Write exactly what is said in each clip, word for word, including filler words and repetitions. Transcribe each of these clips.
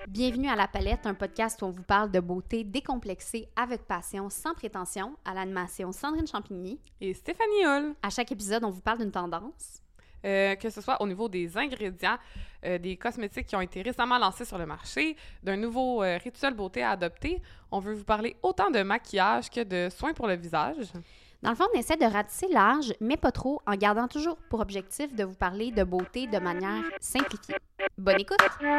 Bienvenue à La Palette, un podcast où on vous parle de beauté décomplexée avec passion, sans prétention, à l'animation Sandrine Champigny. Et Stéphanie Hull. À chaque épisode, on vous parle d'une tendance. Euh, que ce soit au niveau des ingrédients, euh, des cosmétiques qui ont été récemment lancés sur le marché, d'un nouveau euh, rituel beauté à adopter, on veut vous parler autant de maquillage que de soins pour le visage. Dans le fond, on essaie de ratisser large, mais pas trop, en gardant toujours pour objectif de vous parler de beauté de manière simplifiée. Bonne écoute!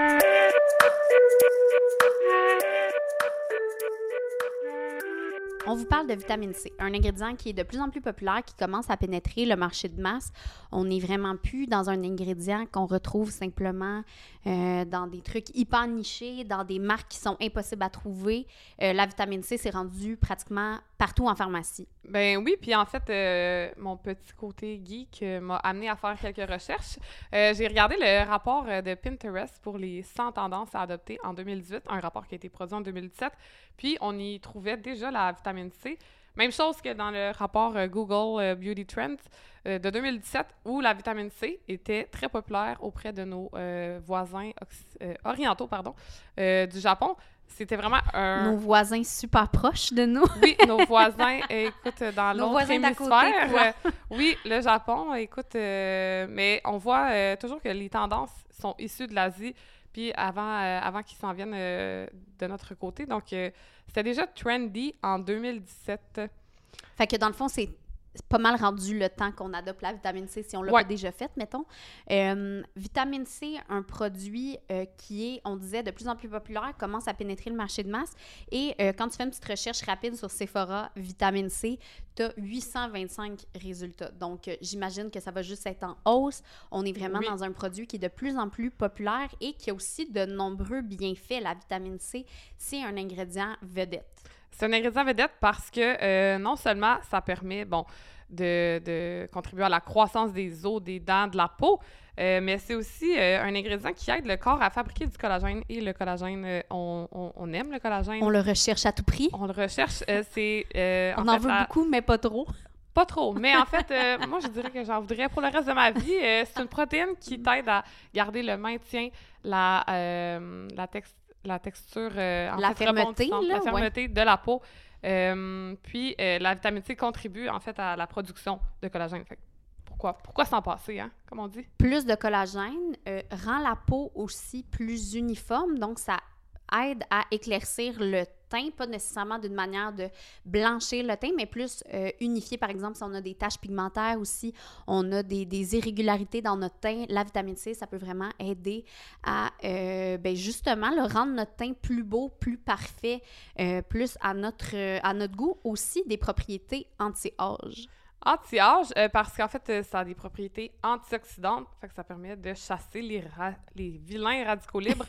On vous parle de vitamine C, un ingrédient qui est de plus en plus populaire, qui commence à pénétrer le marché de masse. On n'est vraiment plus dans un ingrédient qu'on retrouve simplement euh, dans des trucs hyper nichés, dans des marques qui sont impossibles à trouver. Euh, la vitamine C s'est rendue pratiquement partout en pharmacie. Ben oui, puis en fait, euh, mon petit côté geek euh, m'a amené à faire quelques recherches. Euh, j'ai regardé le rapport euh, de Pinterest pour les cent tendances à adopter en deux mille dix-huit, un rapport qui a été produit en deux mille dix-sept, puis on y trouvait déjà la vitamine C. Même chose que dans le rapport euh, Google euh, Beauty Trends euh, de deux mille dix-sept, où la vitamine C était très populaire auprès de nos euh, voisins occ- euh, orientaux pardon, euh, du Japon. C'était vraiment un... Nos voisins super proches de nous. Oui, nos voisins, euh, écoute, dans Nos l'autre voisins d'à hémisphère. côté, quoi. euh, oui, le Japon, écoute, euh, mais on voit euh, toujours que les tendances sont issues de l'Asie, puis avant, euh, avant qu'ils s'en viennent euh, de notre côté. Donc, euh, c'était déjà trendy en deux mille dix-sept. Fait que dans le fond, c'est pas mal rendu le temps qu'on adopte la vitamine C si on l'a Ouais. pas déjà fait, mettons. Euh, vitamine C, un produit euh, qui est, on disait, de plus en plus populaire, commence à pénétrer le marché de masse. Et euh, quand tu fais une petite recherche rapide sur Sephora, vitamine C, tu as huit cent vingt-cinq résultats. Donc, euh, j'imagine que ça va juste être en hausse. On est vraiment Oui. dans un produit qui est de plus en plus populaire et qui a aussi de nombreux bienfaits. La vitamine C, c'est un ingrédient vedette. C'est un ingrédient vedette parce que euh, non seulement ça permet, bon, de, de contribuer à la croissance des os, des dents, de la peau, euh, mais c'est aussi euh, un ingrédient qui aide le corps à fabriquer du collagène. Et le collagène, euh, on, on, on aime le collagène. On le recherche à tout prix. On le recherche. Euh, c'est, euh, On en en fait, veut la- beaucoup, mais pas trop. Pas trop, mais en fait, euh, moi, je dirais que j'en voudrais pour le reste de ma vie. Euh, c'est une protéine qui t'aide à garder le maintien, la, euh, la, tex- la texture, euh, en La fait, fermeté, rebondissante, là, la fermeté de la peau. Euh, puis, euh, la vitamine C contribue, en fait, à la production de collagène. Fait que pourquoi, pourquoi s'en passer, hein, comme on dit? Plus de collagène euh, rend la peau aussi plus uniforme, donc ça aide à éclaircir le teint, pas nécessairement d'une manière de blanchir le teint, mais plus euh, unifier. Par exemple, si on a des taches pigmentaires ou si on a des, des irrégularités dans notre teint, la vitamine C, ça peut vraiment aider à euh, ben justement le rendre notre teint plus beau, plus parfait, euh, plus à notre, euh, à notre goût, aussi des propriétés anti-âge. Anti-âge, euh, parce qu'en fait, euh, ça a des propriétés antioxydantes, fait que ça permet de chasser les, ra- les vilains radicaux libres,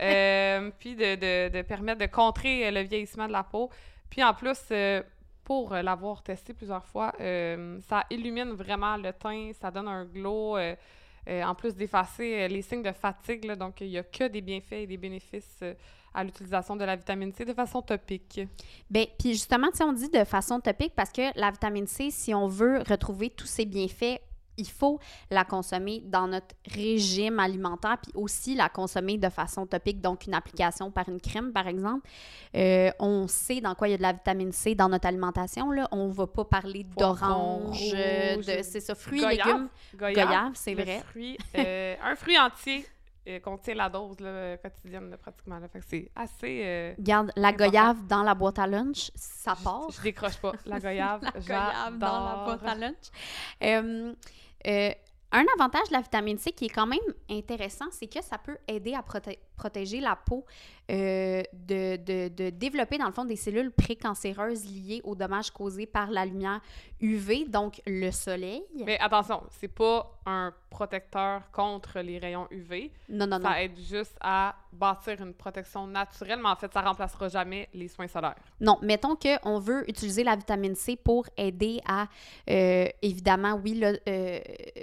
euh, puis de, de, de permettre de contrer euh, le vieillissement de la peau. Puis en plus, euh, pour euh, l'avoir testé plusieurs fois, euh, ça illumine vraiment le teint, ça donne un glow, euh, euh, en plus d'effacer euh, les signes de fatigue, là, donc il n'y a que des bienfaits et des bénéfices euh, à l'utilisation de la vitamine C de façon topique. Bien, puis justement, tu sais, on dit de façon topique parce que la vitamine C, si on veut retrouver tous ses bienfaits, il faut la consommer dans notre régime alimentaire, puis aussi la consommer de façon topique, donc une application par une crème, par exemple. Euh, on sait dans quoi il y a de la vitamine C dans notre alimentation, là. On ne va pas parler Poivron d'orange, rouge, de, c'est ça, fruits, goyave, légumes. Goyave, Goyave, c'est le vrai. fruit, euh, un fruit entier euh, contient la dose là, quotidienne, là, pratiquement. Là. Fait que c'est assez... euh, Regarde, la important. goyave dans la boîte à lunch, ça part. Je décroche pas. La goyave, La goyave dans la j'adore. boîte à lunch. Euh, euh, un avantage de la vitamine C qui est quand même intéressant, c'est que ça peut aider à proté- protéger la peau euh, de, de, de développer, dans le fond, des cellules précancéreuses liées aux dommages causés par la lumière U V, donc le soleil. Mais attention, c'est pas un protecteur contre les rayons U V. Non, non, non. Ça aide juste à bâtir une protection naturelle, mais en fait, ça remplacera jamais les soins solaires. Non, mettons qu'on veut utiliser la vitamine C pour aider à, euh, évidemment, oui, là, euh,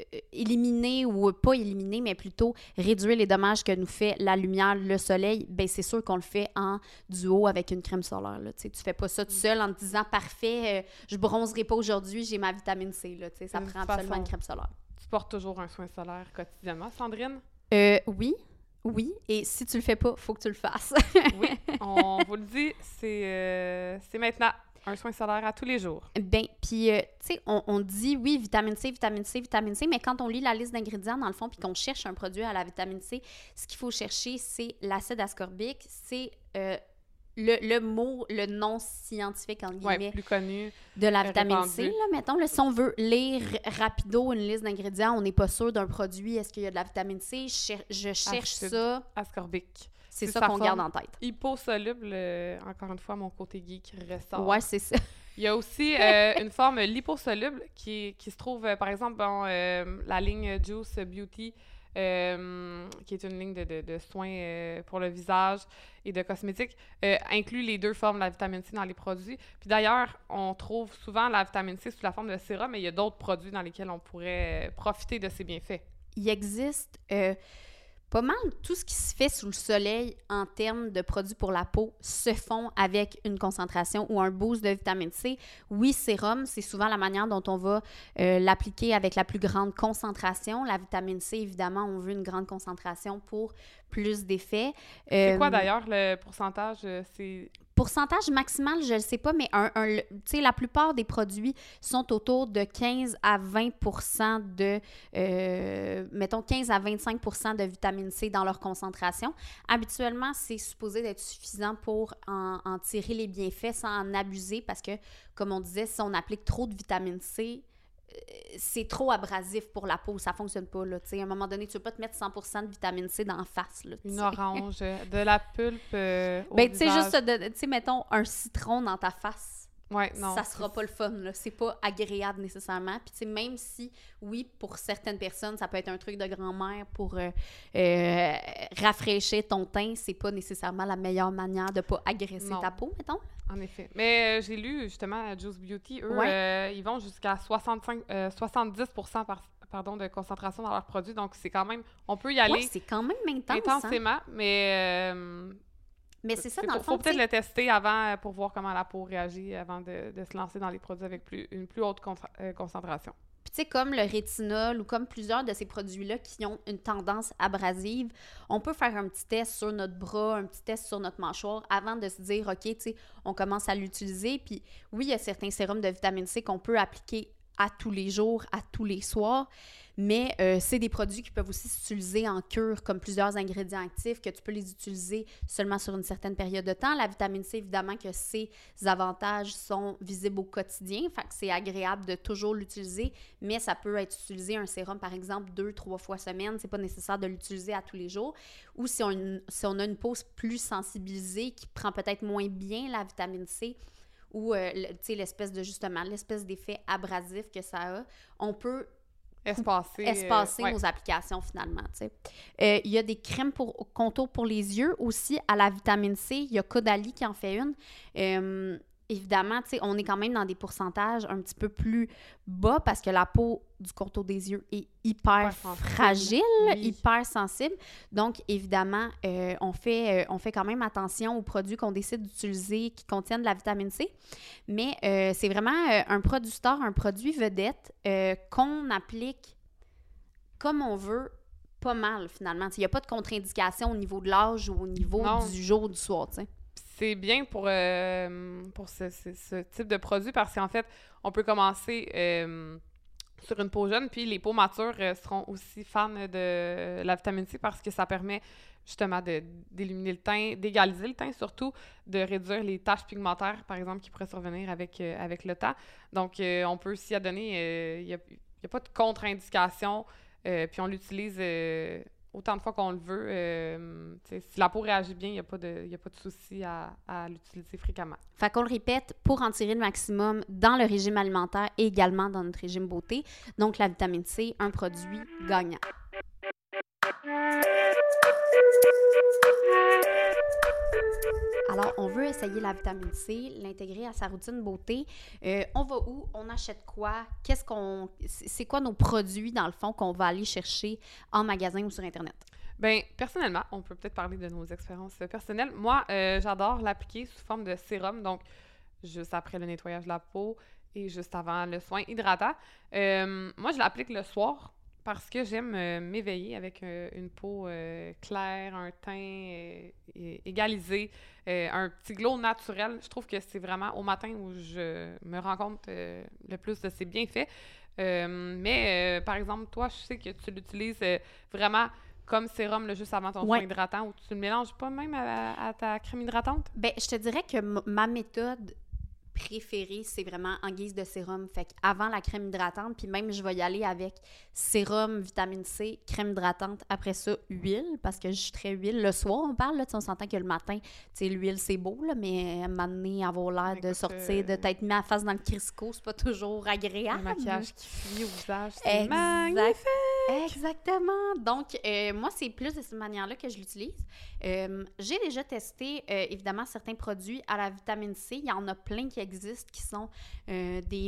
éliminer ou pas éliminer, mais plutôt réduire les dommages que nous fait la lumière, le soleil. Bien, c'est sûr qu'on le fait en duo avec une crème solaire. Là. Tu sais, tu fais pas ça tout seul en te disant « Parfait, euh, je bronzerai pas aujourd'hui, j'ai ma vitamine C. » là. Tu sais, ça De prend toute absolument façon. une crème solaire. Tu portes toujours un soin solaire quotidiennement, Sandrine? Euh, oui. Oui, et si tu le fais pas, il faut que tu le fasses. Oui, on vous le dit, c'est, euh, c'est maintenant un soin solaire à tous les jours. Ben, puis, euh, tu sais, on, on dit, oui, vitamine C, vitamine C, vitamine C, mais quand on lit la liste d'ingrédients, dans le fond, puis qu'on cherche un produit à la vitamine C, ce qu'il faut chercher, c'est l'acide ascorbique, c'est euh, le, le mot, le nom scientifique, entre guillemets, Ouais, plus connu. de la vitamine répandu. C, là, mettons. Là, si on veut lire rapido une liste d'ingrédients, on n'est pas sûr d'un produit, est-ce qu'il y a de la vitamine C? Je, cher- je cherche Acide ça. ascorbique. C'est C'est ça sa qu'on garde forme en tête. Hyposoluble, euh, encore une fois, mon côté geek ressort. Ouais, c'est ça. Il y a aussi euh, une forme liposoluble qui, qui se trouve, euh, par exemple, dans euh, la ligne Juice Beauty, euh, qui est une ligne de, de, de soins euh, pour le visage et de cosmétiques, euh, inclut les deux formes de la vitamine C dans les produits. Puis d'ailleurs, on trouve souvent la vitamine C sous la forme de sérum, mais il y a d'autres produits dans lesquels on pourrait euh, profiter de ces bienfaits. Il existe euh, pas mal tout ce qui se fait sous le soleil en termes de produits pour la peau se font avec une concentration ou un boost de vitamine C. Oui, sérum, c'est souvent la manière dont on va euh, l'appliquer avec la plus grande concentration. La vitamine C, évidemment, on veut une grande concentration pour plus d'effets. C'est Euh, quoi d'ailleurs le pourcentage? euh, C'est Pourcentage maximal, je ne sais pas, mais un, un, tu sais, la plupart des produits sont autour de quinze à vingt pour cent de, euh, mettons, quinze à vingt-cinq pour cent de vitamine C dans leur concentration. Habituellement, c'est supposé d'être suffisant pour en, en tirer les bienfaits sans en abuser parce que, comme on disait, si on applique trop de vitamine C, c'est trop abrasif pour la peau, ça fonctionne pas, là, tu sais, à un moment donné, tu veux pas te mettre cent pour cent de vitamine C dans la face, là, tu une sais. orange, euh, de la pulpe euh, au Ben, tu sais, visage. juste, de- tu sais, mettons, un citron dans ta face, Ouais, non. ça sera pas le fun, là. C'est pas agréable nécessairement. Puis, tu sais, même si, oui, pour certaines personnes, ça peut être un truc de grand-mère pour euh, euh, rafraîchir ton teint, c'est pas nécessairement la meilleure manière de pas agresser Non. ta peau, mettons. En effet. Mais euh, j'ai lu justement à Juice Beauty, eux, Ouais. euh, ils vont jusqu'à soixante-cinq, euh, soixante-dix pour cent par, pardon, de concentration dans leurs produits. Donc, c'est quand même, on peut y aller Ouais, c'est quand même intense, hein. intensément, mais euh, Mais c'est ça, il dans faut, le faut fond, tu peut-être sais, le tester avant euh, pour voir comment la peau réagit avant de, de se lancer dans les produits avec plus, une plus haute contra- euh, concentration. Puis tu sais, comme le rétinol ou comme plusieurs de ces produits-là qui ont une tendance abrasive, on peut faire un petit test sur notre bras, un petit test sur notre mâchoire avant de se dire, OK, tu sais, on commence à l'utiliser. Puis oui, il y a certains sérums de vitamine C qu'on peut appliquer à tous les jours, à tous les soirs, mais euh, c'est des produits qui peuvent aussi s'utiliser en cure comme plusieurs ingrédients actifs, que tu peux les utiliser seulement sur une certaine période de temps. La vitamine C, évidemment que ses avantages sont visibles au quotidien, fait que c'est agréable de toujours l'utiliser, mais ça peut être utilisé un sérum, par exemple, deux, trois fois semaine. C'est pas nécessaire de l'utiliser à tous les jours. Ou si on, si on a une peau plus sensibilisée, qui prend peut-être moins bien la vitamine C, ou euh, le- tu sais, l'espèce de, justement, l'espèce d'effet abrasif que ça a, on peut Espacer. espacer euh, ouais. nos applications finalement, tu sais. Euh, Il y a des crèmes pour contour pour les yeux aussi à la vitamine C. Il y a Caudalie qui en fait une. Euh, évidemment, tu sais, on est quand même dans des pourcentages un petit peu plus bas parce que la peau du contour des yeux est hyper Hyper sensible. fragile, Oui. hyper sensible. Donc, évidemment, euh, on, fait, euh, on fait quand même attention aux produits qu'on décide d'utiliser qui contiennent de la vitamine C. Mais euh, c'est vraiment euh, un produit star, un produit vedette euh, qu'on applique comme on veut, pas mal finalement. Il n'y a pas de contre-indication au niveau de l'âge ou au niveau Non. du jour, du soir, tu sais. C'est bien pour, euh, pour ce, ce- ce type de produit parce qu'en fait, on peut commencer euh, sur une peau jeune, puis les peaux matures euh, seront aussi fans de la vitamine C parce que ça permet justement de, d'éliminer le teint, d'égaliser le teint surtout, de réduire les taches pigmentaires, par exemple, qui pourraient survenir avec, euh, avec le temps. Donc, euh, on peut s'y adonner. Il n'y a, y a pas de contre-indication, euh, puis on l'utilise euh, autant de fois qu'on le veut. Euh, tu sais, si la peau réagit bien, il n'y a pas de, y a pas de souci à, à l'utiliser fréquemment. Fait qu'on le répète, pour en tirer le maximum dans le régime alimentaire et également dans notre régime beauté. Donc, la vitamine C, un produit gagnant. Alors, on veut essayer la vitamine C, l'intégrer à sa routine beauté. Euh, on va où? On achète quoi? Qu'est-ce qu'on... C'est quoi nos produits, dans le fond, qu'on va aller chercher en magasin ou sur Internet? Bien, personnellement, on peut peut-être parler de nos expériences personnelles. Moi, euh, j'adore l'appliquer sous forme de sérum, donc juste après le nettoyage de la peau et juste avant le soin hydratant. Euh, moi, je l'applique le soir, parce que j'aime euh, m'éveiller avec euh, une peau euh, claire, un teint euh, é- égalisé, euh, un petit glow naturel. Je trouve que c'est vraiment au matin où je me rends compte euh, le plus de ses bienfaits. Euh, mais, euh, par exemple, toi, je sais que tu l'utilises euh, vraiment comme sérum là, juste avant ton Ouais. soin hydratant, ou tu ne le mélanges pas même à, à ta crème hydratante? Ben, je te dirais que m- ma méthode préférée, c'est vraiment en guise de sérum. Fait qu'avant la crème hydratante, puis même je vais y aller avec sérum, vitamine C, crème hydratante, après ça, huile, parce que je suis très huile. Le soir, on parle, là, tu sais, on s'entend que le matin, tu sais, l'huile, c'est beau, là, mais à un moment donné, avoir l'air de Écoute, sortir, de euh, t'être mis la face dans le Crisco, c'est pas toujours Un agréable. maquillage qui fuit au visage, c'est Exact. magnifique! Exactement. Donc, euh, moi, c'est plus de cette manière-là que je l'utilise. Euh, j'ai déjà testé, euh, évidemment, certains produits à la vitamine C. Il y en a plein qui existent, qui sont euh, des...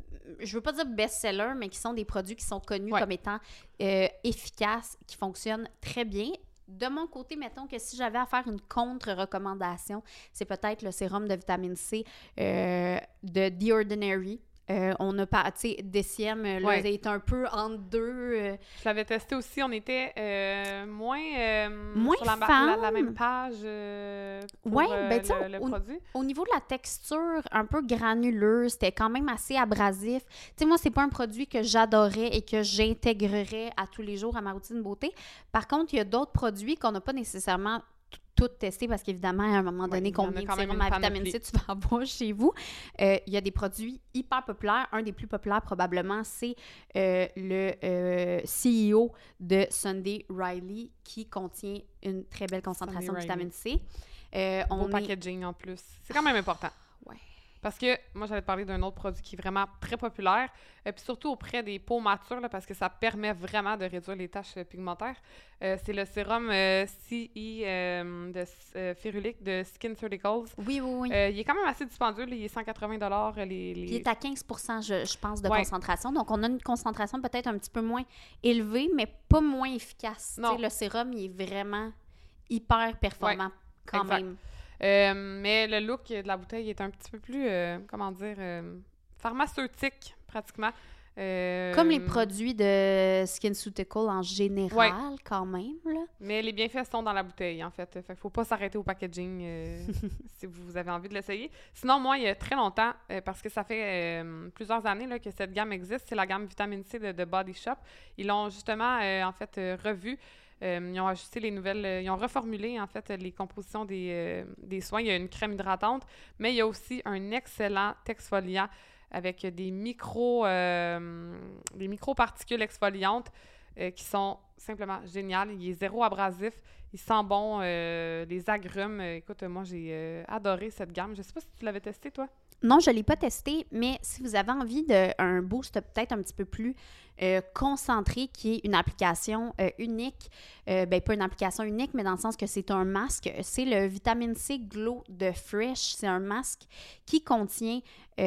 Je veux pas dire best-sellers, mais qui sont des produits qui sont connus Ouais. comme étant euh, efficaces, qui fonctionnent très bien. De mon côté, mettons que si j'avais à faire une contre-recommandation, c'est peut-être le sérum de vitamine C euh, de The Ordinary. Euh, on a pas, tu sais, D C M, là, Ouais. est un peu entre deux. euh, Je l'avais testé aussi, on était euh, moins, euh, Moins sur la, ma- fan. la, la même page euh, pour Ouais, euh, ben, tu sais, le, le on- produit. Au niveau de la texture, un peu granuleuse, c'était quand même assez abrasif. Tu sais, moi, c'est pas un produit que j'adorais et que j'intégrerais à tous les jours à ma routine beauté. Par contre, il y a d'autres produits qu'on n'a pas nécessairement t- tout testé parce qu'évidemment, à un moment Ouais, donné, il y en a combien de quand même sérums une à vitamine panoplie. C tu vas avoir chez vous? Euh, il y a des produits hyper populaires. Un des plus populaires, probablement, c'est euh, le euh, C E O de Sunday Riley qui contient une très belle concentration de Sunday vitamine C. Euh, Beau on est... packaging en plus. C'est quand même important. Ouais. Parce que moi, j'allais te parler d'un autre produit qui est vraiment très populaire, et puis surtout auprès des peaux matures, là, parce que ça permet vraiment de réduire les taches euh, pigmentaires. Euh, c'est le sérum euh, C E euh, de euh, Ferulic de Skin Surgicals. Oui, oui, oui. Euh, il est quand même assez dispendieux, là, il est cent quatre-vingts dollars les, les... Puis il est à quinze pour cent, je, je pense, de Ouais. concentration. Donc, on a une concentration peut-être un petit peu moins élevée, mais pas moins efficace. Non. Tu sais, le sérum, il est vraiment hyper performant quand exact. même. Euh, mais le look de la bouteille est un petit peu plus, euh, comment dire, euh, pharmaceutique, pratiquement. Euh, Comme les produits de SkinCeutical en général, Ouais. quand même. Là. Mais les bienfaits sont dans la bouteille, en fait. Fait qu'il faut pas s'arrêter au packaging euh, si vous avez envie de l'essayer. Sinon, moi, il y a très longtemps, euh, parce que ça fait euh, plusieurs années là, que cette gamme existe, c'est la gamme Vitamine C de, de Body Shop. Ils l'ont justement, euh, en fait, euh, revue. Euh, ils ont ajusté les nouvelles... euh, ils ont reformulé, en fait, les compositions des, euh, des soins. Il y a une crème hydratante, mais il y a aussi un excellent exfoliant avec des micro, euh, des micro-particules exfoliantes euh, qui sont simplement géniales. Il est zéro abrasif, il sent bon, euh, les agrumes. Euh, écoute, moi, j'ai euh, adoré cette gamme. Je sais pas si tu l'avais testé, toi? Non, je ne l'ai pas testé, mais si vous avez envie d'un boost peut-être un petit peu plus euh, concentré, qui est une application euh, unique, euh, ben pas une application unique, mais dans le sens que c'est un masque, c'est le Vitamine C Glow de Fresh. C'est un masque qui contient,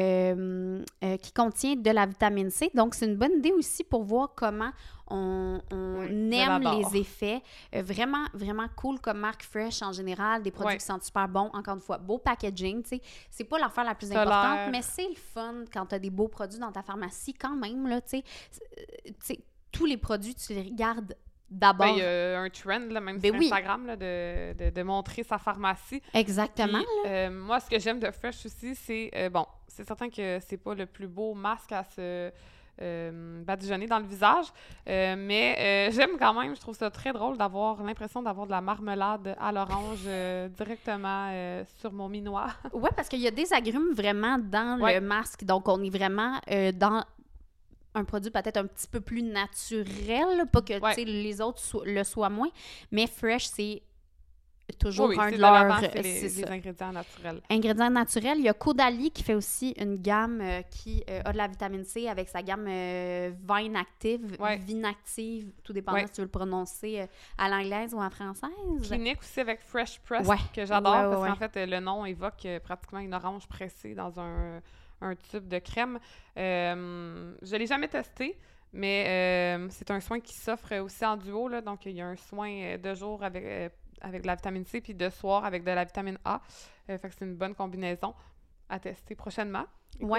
euh, euh, qui contient de la vitamine C. Donc, c'est une bonne idée aussi pour voir comment on, on Oui, je aime l'adore. les effets. Euh, vraiment, vraiment cool comme marque Fresh en général, des produits Ouais. qui sentent super bons. Encore une fois, beau packaging, tu sais. C'est pas l'affaire la plus Solaire. importante, mais c'est le fun quand tu as des beaux produits dans ta pharmacie quand même, là, tu sais. Euh, tu sais, tous les produits, tu les regardes d'abord. Ben, il y a un trend, là, même Ben sur oui. Instagram, là, de, de, de montrer sa pharmacie. Exactement. Puis, euh, moi, ce que j'aime de Fresh aussi, c'est... euh, bon, c'est certain que c'est pas le plus beau masque à se euh, badigeonner dans le visage, euh, mais euh, j'aime quand même, je trouve ça très drôle d'avoir l'impression d'avoir de la marmelade à l'orange euh, directement euh, sur mon minois. Ouais, parce qu'il y a des agrumes vraiment dans Ouais. le masque. Donc, on est vraiment euh, dans un produit peut-être un petit peu plus naturel, là, pas que Ouais. tu sais, les autres so- le soient moins, mais Fresh, c'est toujours Oui, oui, un c'est de de l'avant, leurs... c'est les, c'est les ça. ingrédients naturels. Ingrédients naturels, il y a Caudalie qui fait aussi une gamme euh, qui euh, a de la vitamine C avec sa gamme euh, Vine Active, Ouais. Vinactive, tout dépendant Ouais. si tu veux le prononcer euh, à l'anglaise ou en française. Clinique aussi avec Fresh Press, Ouais. que j'adore, Ouais, ouais, parce ouais. qu'en fait, euh, le nom évoque euh, pratiquement une orange pressée dans un, un tube de crème. Euh, je ne l'ai jamais testé, mais euh, c'est un soin qui s'offre aussi en duo, là, donc il y a un soin euh, de jour avec, euh, avec de la vitamine C, puis de soir avec de la vitamine A. Euh, fait que c'est une bonne combinaison à tester prochainement. Écoute, Ouais.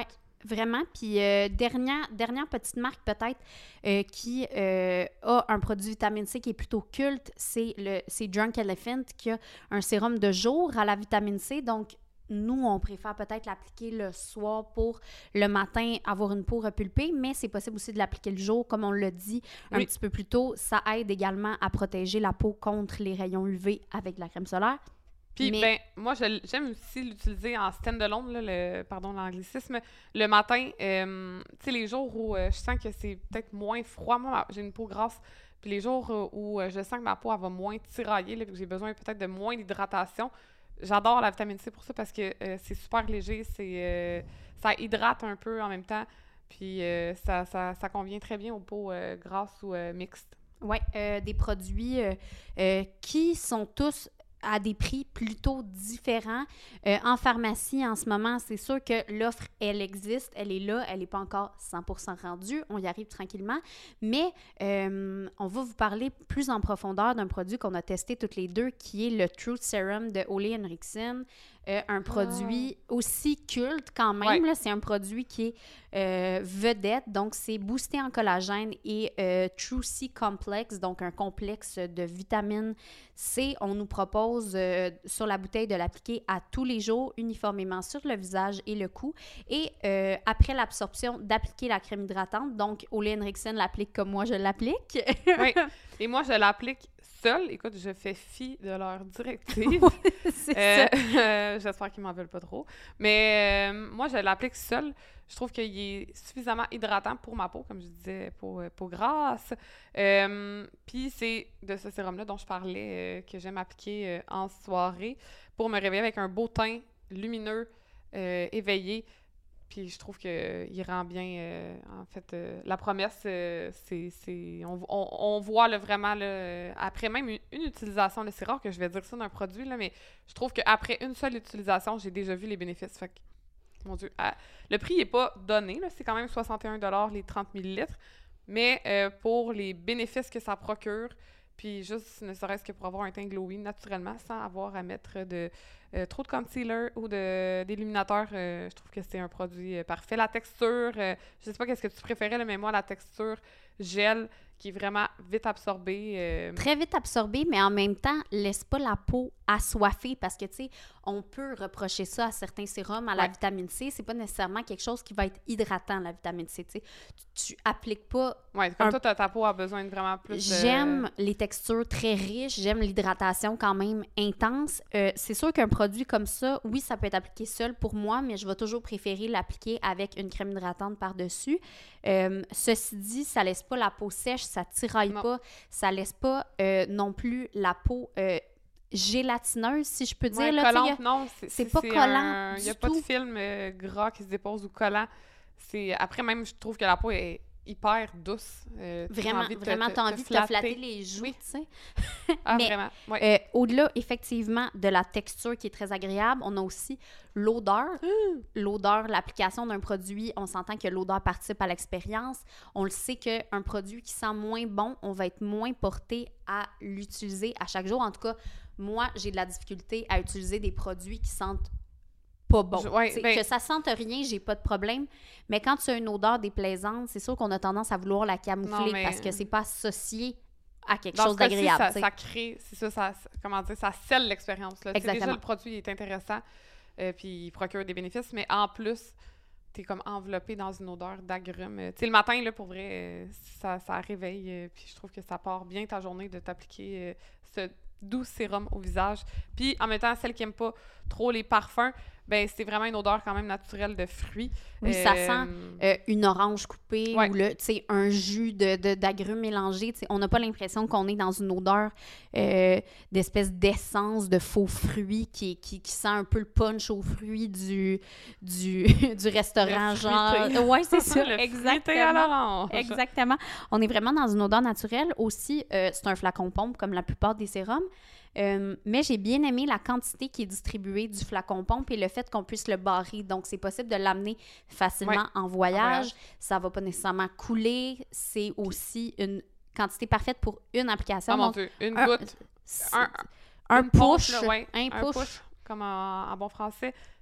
Vraiment. Puis, euh, dernière, dernière petite marque peut-être euh, qui euh, a un produit vitamine C qui est plutôt culte, c'est, le, c'est Drunk Elephant qui a un sérum de jour à la vitamine C. Donc, nous, on préfère peut-être l'appliquer le soir pour le matin avoir une peau repulpée, mais c'est possible aussi de l'appliquer le jour. Comme on l'a dit un Oui. petit peu plus tôt, ça aide également à protéger la peau contre les rayons U V avec la crème solaire. Puis, Mais- ben, moi, je- j'aime aussi l'utiliser en stand-alone, là, le, pardon, l'anglicisme, le matin. euh, tu sais, les jours où euh, je sens que c'est peut-être moins froid. Moi, j'ai une peau grasse. Puis les jours euh, où euh, je sens que ma peau, elle va moins tirailler, là, que j'ai besoin peut-être de moins d'hydratation, j'adore la vitamine C pour ça parce que euh, c'est super léger, c'est, euh, ça hydrate un peu en même temps. Puis euh, ça, ça, ça convient très bien aux peaux euh, grasses ou euh, mixtes. Oui, euh, des produits euh, euh, qui sont tous à des prix plutôt différents. Euh, en pharmacie, en ce moment, c'est sûr que l'offre, elle existe, elle est là, elle n'est pas encore cent pour cent rendue, on y arrive tranquillement, mais euh, on va vous parler plus en profondeur d'un produit qu'on a testé toutes les deux, qui est le Truth Serum de Ole Henriksen. Euh, un produit aussi culte quand même. Ouais. Là, c'est un produit qui est euh, vedette, donc c'est boosté en collagène et euh, True C Complex, donc un complexe de vitamine C. On nous propose euh, sur la bouteille de l'appliquer à tous les jours, uniformément sur le visage et le cou. Et euh, après l'absorption, d'appliquer la crème hydratante. Donc, Ole Henriksen l'applique comme moi je l'applique. Oui, et moi, je l'applique seule. Écoute, je fais fi de leurs directives. c'est Euh, ça. euh, J'espère qu'ils m'en veulent pas trop. Mais euh, moi, je l'applique seule. Je trouve qu'il est suffisamment hydratant pour ma peau, comme je disais, peau, euh, peau grasse. Euh, Puis c'est de ce sérum-là dont je parlais, euh, que j'aime appliquer euh, en soirée pour me réveiller avec un beau teint lumineux, euh, éveillé. Puis je trouve qu'il rend bien, euh, en fait, euh, la promesse, euh, c'est, c'est, on, on, on voit là, vraiment, là, euh, après même une, une utilisation, là, c'est rare que je vais dire ça d'un produit, là, mais je trouve qu'après une seule utilisation, j'ai déjà vu les bénéfices. Fait que, mon Dieu, ah, le prix n'est pas donné, là, c'est quand même soixante et un dollars les trente millilitres, mais euh, pour les bénéfices que ça procure, puis juste ne serait-ce que pour avoir un teint glowy naturellement, sans avoir à mettre de euh, trop de concealer ou de, d'illuminateur, euh, je trouve que c'est un produit euh, parfait. La texture, euh, je sais pas qu'est-ce que tu préférais, là, mais moi, la texture gel qui est vraiment vite absorbée. euh, Très vite absorbé, mais en même temps, laisse pas la peau assoiffée parce que, tu sais, on peut reprocher ça à certains sérums, à la Ouais. vitamine C. C'est pas nécessairement quelque chose qui va être hydratant, la vitamine C, tu sais. Tu, tu appliques pas... Ouais, comme un- toi, ta, ta peau a besoin de vraiment plus de... J'aime les textures très riches, j'aime l'hydratation quand même intense. Euh, c'est sûr qu'un produit comme ça, oui, ça peut être appliqué seul pour moi, mais je vais toujours préférer l'appliquer avec une crème hydratante par-dessus. Euh, ceci dit, ça laisse pas la peau sèche, ça tiraille Non. pas, ça laisse pas euh, non plus la peau euh, gélatineuse, si je peux dire. Ouais, là, tu sais, collante, il y a- non. C'est, c'est c'est- pas c'est collant un- Il du n'y a pas de tout. film euh, gras qui se dépose ou collant. C'est... Après, même, je trouve que la peau est hyper douce. Euh, tu as Vraiment, envie de te- vraiment, te- t'as te envie de te flatter les joues, Oui. tu sais. Ah, Mais- vraiment, ouais. Euh, au-delà, effectivement, de la texture qui est très agréable, on a aussi l'odeur. L'odeur, l'application d'un produit, on s'entend que l'odeur participe à l'expérience. On le sait qu'un produit qui sent moins bon, on va être moins porté à l'utiliser à chaque jour. En tout cas, moi, j'ai de la difficulté à utiliser des produits qui sentent pas bon. Je- ouais, T'sais, ben- que ça sente rien, j'ai pas de problème. Mais quand tu as une odeur déplaisante, c'est sûr qu'on a tendance à vouloir la camoufler Non, mais- parce que c'est pas associé à quelque Dans chose ce cas-ci, d'agréable. ça, t'sais. ça crée, c'est ça, ça, ça- comment dire, ça scelle l'expérience. Là. Tu sais, déjà, Exactement. le produit est intéressant, euh, puis il procure des bénéfices, mais en plus, t'es comme enveloppé dans une odeur d'agrumes. Euh, Tu sais, le matin, là, pour vrai, euh, ça, ça réveille, euh, puis je trouve que ça part bien ta journée de t'appliquer euh, ce doux sérum au visage. Puis, en même temps, celle qui n'aime pas trop les parfums, ben c'est vraiment une odeur quand même naturelle de fruits. Oui, ça Euh, sent euh, une orange coupée Ouais. ou le, tu sais, un jus de, de- d'agrumes mélangés. Tu sais, on n'a pas l'impression qu'on est dans une odeur euh, d'espèce d'essence de faux fruits qui, qui, qui sent un peu le punch aux fruits du, du, du restaurant. Le Genre, fruité. oui, c'est ça, le fruité à exactement. l'orange. Exactement. On est vraiment dans une odeur naturelle. Aussi, euh, c'est un flacon pompe comme la plupart des sérums. Euh, mais j'ai bien aimé la quantité qui est distribuée du flacon pompe et le fait qu'on puisse le barrer. Donc, c'est possible de l'amener facilement Ouais, en voyage. voyage. Ça va pas nécessairement couler. C'est aussi une quantité parfaite pour une application. Oh mon Donc, Dieu, une un- goutte. c'est- Un, un une ponche, push. là, ouais, un un push. push, comme en, en bon français.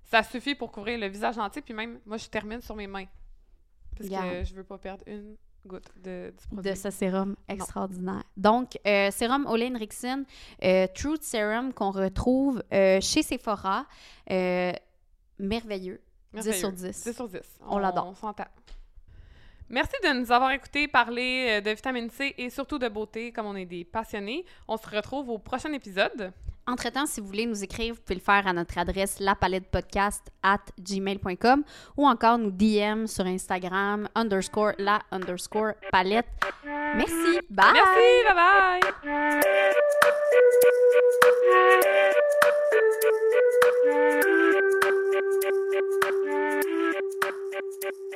Ça suffit pour couvrir le visage entier, puis même, moi, je termine sur mes mains. Parce Yeah. que je veux pas perdre une goutte de, du produit. De ce sérum extraordinaire. Donc, euh, sérum Ole Henriksen, euh, Truth Serum qu'on retrouve euh, chez Sephora. Euh, merveilleux. Merveilleux. dix sur dix. dix sur dix. On l'adore. On s'entend. Merci de nous avoir écoutés parler de vitamine C et surtout de beauté, comme on est des passionnés. On se retrouve au prochain épisode. Entre-temps, si vous voulez nous écrire, vous pouvez le faire à notre adresse lapalettepodcast at gmail point com ou encore nous D M sur Instagram underscore la underscore palette. Merci. Bye! Merci, bye-bye!